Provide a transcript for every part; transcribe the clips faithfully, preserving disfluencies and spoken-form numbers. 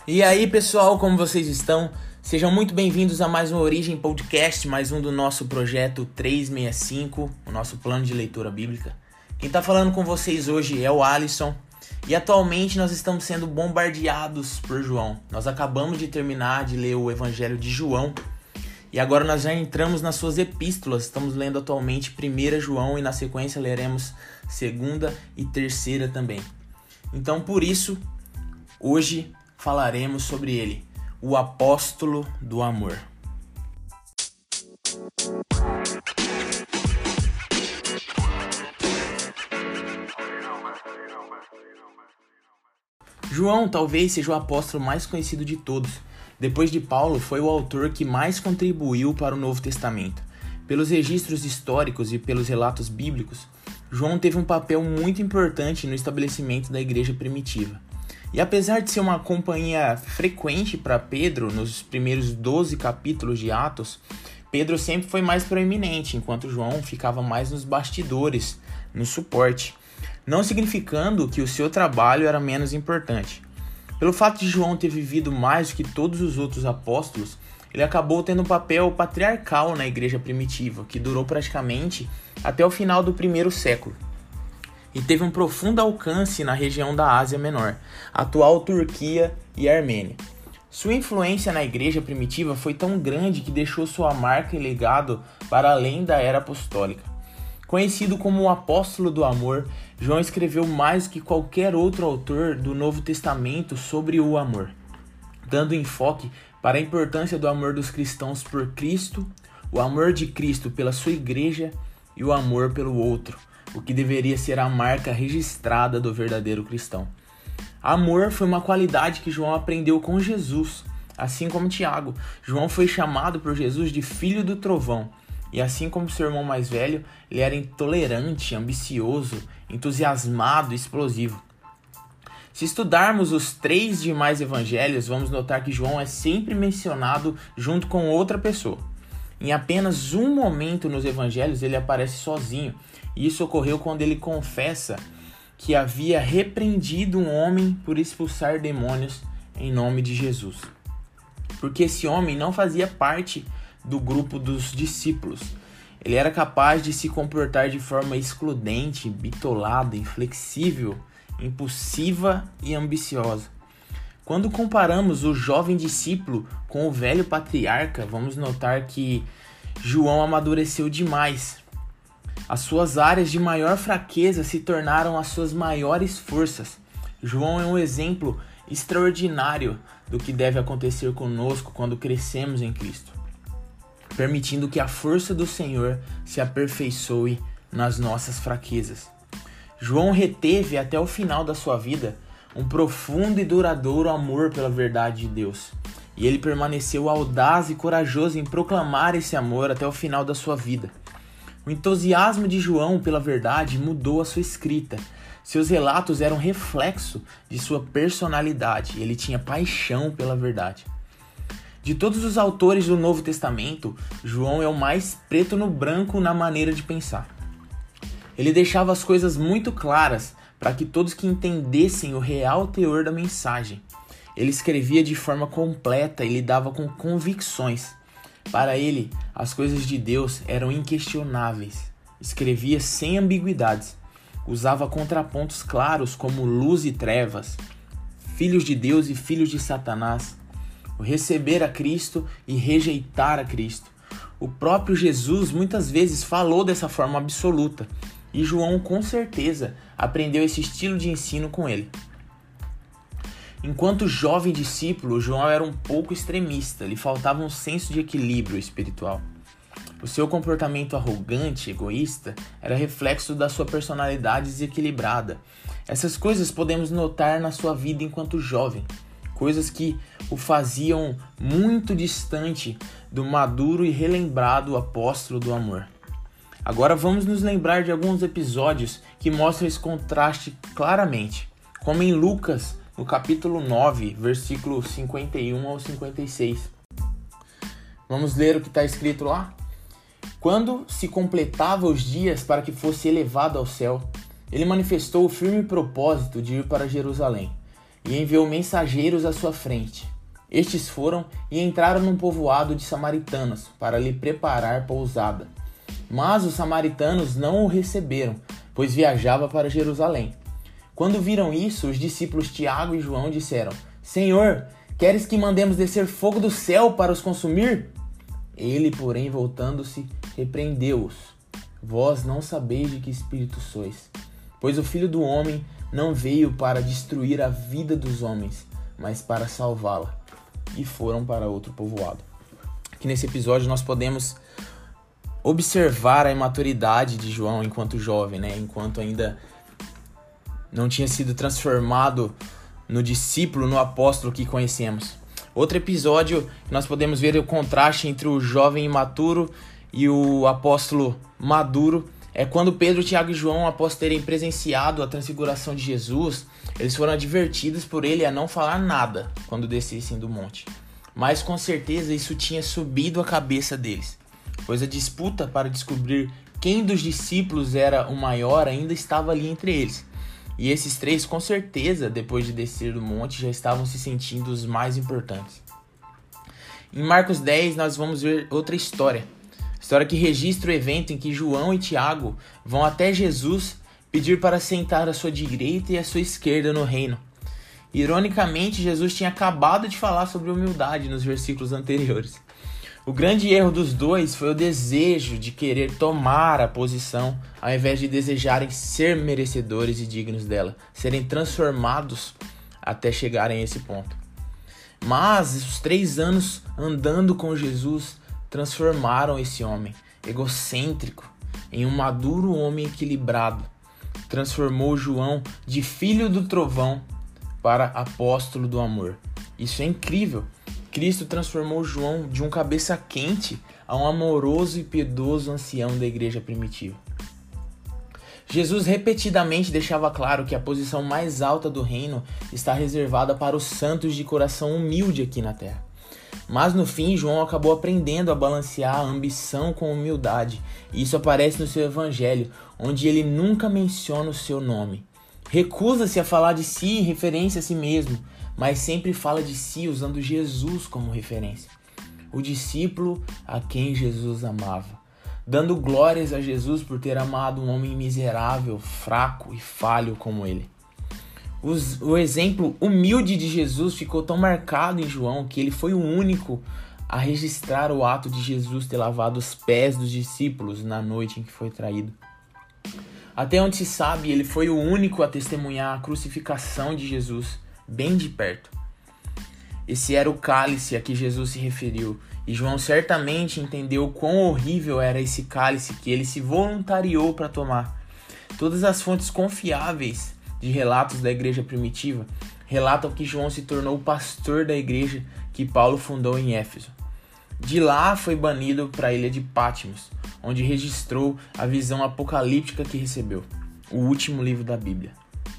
E aí, pessoal, como vocês estão? Sejam muito bem-vindos a mais um Origem Podcast, mais um do nosso projeto trezentos e sessenta e cinco, o nosso plano de leitura bíblica. Quem está falando com vocês hoje é o Alisson, e atualmente nós estamos sendo bombardeados por João. Nós acabamos de terminar de ler o Evangelho de João, e agora nós já entramos nas suas epístolas. Estamos lendo atualmente primeira João e na sequência leremos segunda e terceira também. Então, por isso, hoje falaremos sobre ele, o apóstolo do amor. João talvez seja o apóstolo mais conhecido de todos. Depois de Paulo, foi o autor que mais contribuiu para o Novo Testamento. Pelos registros históricos e pelos relatos bíblicos, João teve um papel muito importante no estabelecimento da igreja primitiva. E apesar de ser uma companhia frequente para Pedro nos primeiros doze capítulos de Atos, Pedro sempre foi mais proeminente, enquanto João ficava mais nos bastidores, no suporte, não significando que o seu trabalho era menos importante. Pelo fato de João ter vivido mais do que todos os outros apóstolos, ele acabou tendo um papel patriarcal na igreja primitiva, que durou praticamente até o final do primeiro século. E teve um profundo alcance na região da Ásia Menor, atual Turquia e Armênia. Sua influência na igreja primitiva foi tão grande que deixou sua marca e legado para além da era apostólica. Conhecido como o apóstolo do amor, João escreveu mais do que qualquer outro autor do Novo Testamento sobre o amor, dando enfoque para a importância do amor dos cristãos por Cristo, o amor de Cristo pela sua igreja e o amor pelo outro, o que deveria ser a marca registrada do verdadeiro cristão. Amor foi uma qualidade que João aprendeu com Jesus, assim como Tiago. João foi chamado por Jesus de filho do trovão, e assim como seu irmão mais velho, ele era intolerante, ambicioso, entusiasmado e explosivo. Se estudarmos os três demais evangelhos, vamos notar que João é sempre mencionado junto com outra pessoa. Em apenas um momento nos evangelhos ele aparece sozinho, e isso ocorreu quando ele confessa que havia repreendido um homem por expulsar demônios em nome de Jesus. Porque esse homem não fazia parte do grupo dos discípulos. Ele era capaz de se comportar de forma excludente, bitolada, inflexível, impulsiva e ambiciosa. Quando comparamos o jovem discípulo com o velho patriarca, vamos notar que João amadureceu demais. As suas áreas de maior fraqueza se tornaram as suas maiores forças. João é um exemplo extraordinário do que deve acontecer conosco quando crescemos em Cristo, permitindo que a força do Senhor se aperfeiçoe nas nossas fraquezas. João reteve até o final da sua vida um profundo e duradouro amor pela verdade de Deus. E ele permaneceu audaz e corajoso em proclamar esse amor até o final da sua vida. O entusiasmo de João pela verdade mudou a sua escrita. Seus relatos eram reflexo de sua personalidade. Ele tinha paixão pela verdade. De todos os autores do Novo Testamento, João é o mais preto no branco na maneira de pensar. Ele deixava as coisas muito claras para que todos que entendessem o real teor da mensagem. Ele escrevia de forma completa e lidava com convicções. Para ele, as coisas de Deus eram inquestionáveis. Escrevia sem ambiguidades. Usava contrapontos claros como luz e trevas, filhos de Deus e filhos de Satanás, o receber a Cristo e rejeitar a Cristo. O próprio Jesus muitas vezes falou dessa forma absoluta, e João com certeza aprendeu esse estilo de ensino com ele. Enquanto jovem discípulo, João era um pouco extremista, lhe faltava um senso de equilíbrio espiritual. O seu comportamento arrogante, egoísta, era reflexo da sua personalidade desequilibrada. Essas coisas podemos notar na sua vida enquanto jovem, coisas que o faziam muito distante do maduro e relembrado apóstolo do amor. Agora vamos nos lembrar de alguns episódios que mostram esse contraste claramente, como em Lucas, no capítulo nove, versículo cinquenta e um ao cinquenta e seis. Vamos ler o que está escrito lá? Quando se completava os dias para que fosse elevado ao céu, ele manifestou o firme propósito de ir para Jerusalém. e enviou mensageiros à sua frente. Estes foram e entraram num povoado de samaritanos para lhe preparar pousada. Mas os samaritanos não o receberam, pois viajava para Jerusalém. Quando viram isso, os discípulos Tiago e João disseram: Senhor, queres que mandemos descer fogo do céu para os consumir? Ele, porém, voltando-se, repreendeu-os. Vós não sabeis de que espírito sois, pois o Filho do Homem não veio para destruir a vida dos homens, mas para salvá-la. E foram para outro povoado. Aqui nesse episódio nós podemos observar a imaturidade de João enquanto jovem, né? Enquanto ainda não tinha sido transformado no discípulo, no apóstolo que conhecemos. Outro episódio, nós podemos ver o contraste entre o jovem imaturo e o apóstolo maduro. É quando Pedro, Tiago e João, após terem presenciado a transfiguração de Jesus, eles foram advertidos por ele a não falar nada quando descessem do monte. Mas com certeza isso tinha subido a cabeça deles, pois a disputa para descobrir quem dos discípulos era o maior ainda estava ali entre eles. E esses três, com certeza, depois de descer do monte, já estavam se sentindo os mais importantes. Em Marcos dez, nós vamos ver outra história. História que registra o evento em que João e Tiago vão até Jesus pedir para sentar à sua direita e à sua esquerda no reino. Ironicamente, Jesus tinha acabado de falar sobre humildade nos versículos anteriores. O grande erro dos dois foi o desejo de querer tomar a posição, ao invés de desejarem ser merecedores e dignos dela, serem transformados até chegarem a esse ponto. Mas os três anos andando com Jesus transformaram esse homem egocêntrico em um maduro homem equilibrado. Transformou João de filho do trovão para apóstolo do amor. Isso é incrível. Cristo transformou João de um cabeça quente a um amoroso e piedoso ancião da igreja primitiva. Jesus repetidamente deixava claro que a posição mais alta do reino está reservada para os santos de coração humilde aqui na terra. Mas no fim, João acabou aprendendo a balancear a ambição com humildade. E isso aparece no seu evangelho, onde ele nunca menciona o seu nome. Recusa-se a falar de si em referência a si mesmo, mas sempre fala de si usando Jesus como referência. O discípulo a quem Jesus amava, dando glórias a Jesus por ter amado um homem miserável, fraco e falho como ele. Os, o exemplo humilde de Jesus ficou tão marcado em João que ele foi o único a registrar o ato de Jesus ter lavado os pés dos discípulos na noite em que foi traído. Até onde se sabe, ele foi o único a testemunhar a crucificação de Jesus bem de perto. Esse era o cálice a que Jesus se referiu, e João certamente entendeu quão horrível era esse cálice que ele se voluntariou para tomar. Todas as fontes confiáveis de relatos da igreja primitiva relatam que João se tornou o pastor da igreja que Paulo fundou em Éfeso. De lá foi banido para a ilha de Patmos, onde registrou a visão apocalíptica que recebeu, o último livro da Bíblia.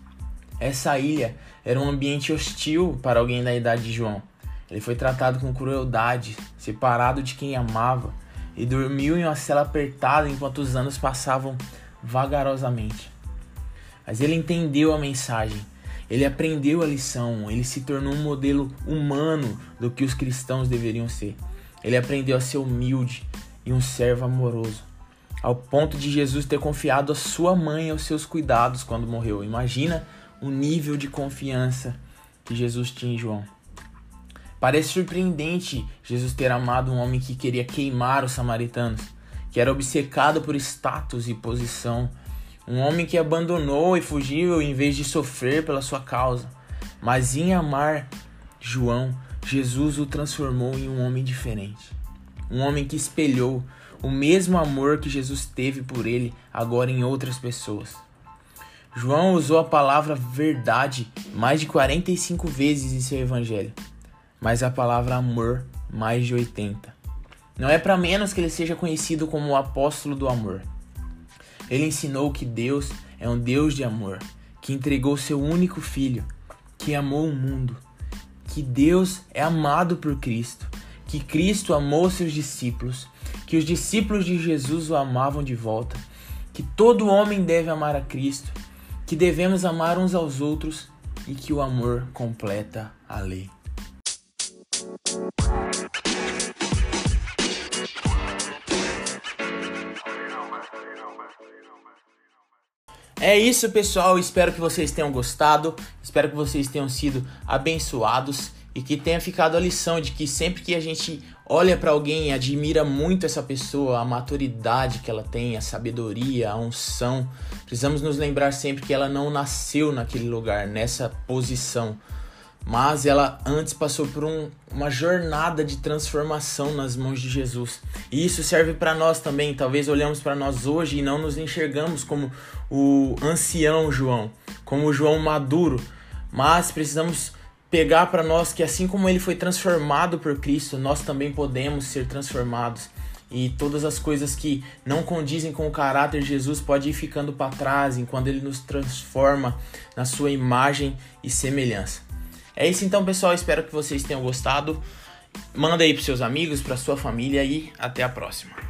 Essa ilha era um ambiente hostil para alguém da idade de João. Ele foi tratado com crueldade, separado de quem amava, e dormiu em uma cela apertada enquanto os anos passavam vagarosamente. Mas ele entendeu a mensagem, ele aprendeu a lição, ele se tornou um modelo humano do que os cristãos deveriam ser. Ele aprendeu a ser humilde e um servo amoroso, ao ponto de Jesus ter confiado a sua mãe aos seus cuidados quando morreu. Imagina o nível de confiança que Jesus tinha em João. Parece surpreendente Jesus ter amado um homem que queria queimar os samaritanos, que era obcecado por status e posição, um homem que abandonou e fugiu em vez de sofrer pela sua causa. Mas em amar João, Jesus o transformou em um homem diferente. Um homem que espelhou o mesmo amor que Jesus teve por ele agora em outras pessoas. João usou a palavra verdade mais de quarenta e cinco vezes em seu evangelho, mas a palavra amor mais de oitenta. Não é para menos que ele seja conhecido como o apóstolo do amor. Ele ensinou que Deus é um Deus de amor, que entregou seu único filho, que amou o mundo, que Deus é amado por Cristo, que Cristo amou seus discípulos, que os discípulos de Jesus o amavam de volta, que todo homem deve amar a Cristo, que devemos amar uns aos outros e que o amor completa a lei. É isso, pessoal. Espero que vocês tenham gostado. Espero que vocês tenham sido abençoados e que tenha ficado a lição de que sempre que a gente olha para alguém e admira muito essa pessoa, a maturidade que ela tem, a sabedoria, a unção, precisamos nos lembrar sempre que ela não nasceu naquele lugar, nessa posição, mas ela antes passou por um, uma jornada de transformação nas mãos de Jesus. E isso serve para nós também. Talvez olhamos para nós hoje e não nos enxergamos como o ancião João, como o João maduro, mas precisamos pegar para nós que assim como ele foi transformado por Cristo, nós também podemos ser transformados. E todas as coisas que não condizem com o caráter de Jesus podem ir ficando para trás enquanto ele nos transforma na sua imagem e semelhança. É isso então, pessoal. Espero que vocês tenham gostado. Manda aí para seus amigos, para sua família e até a próxima.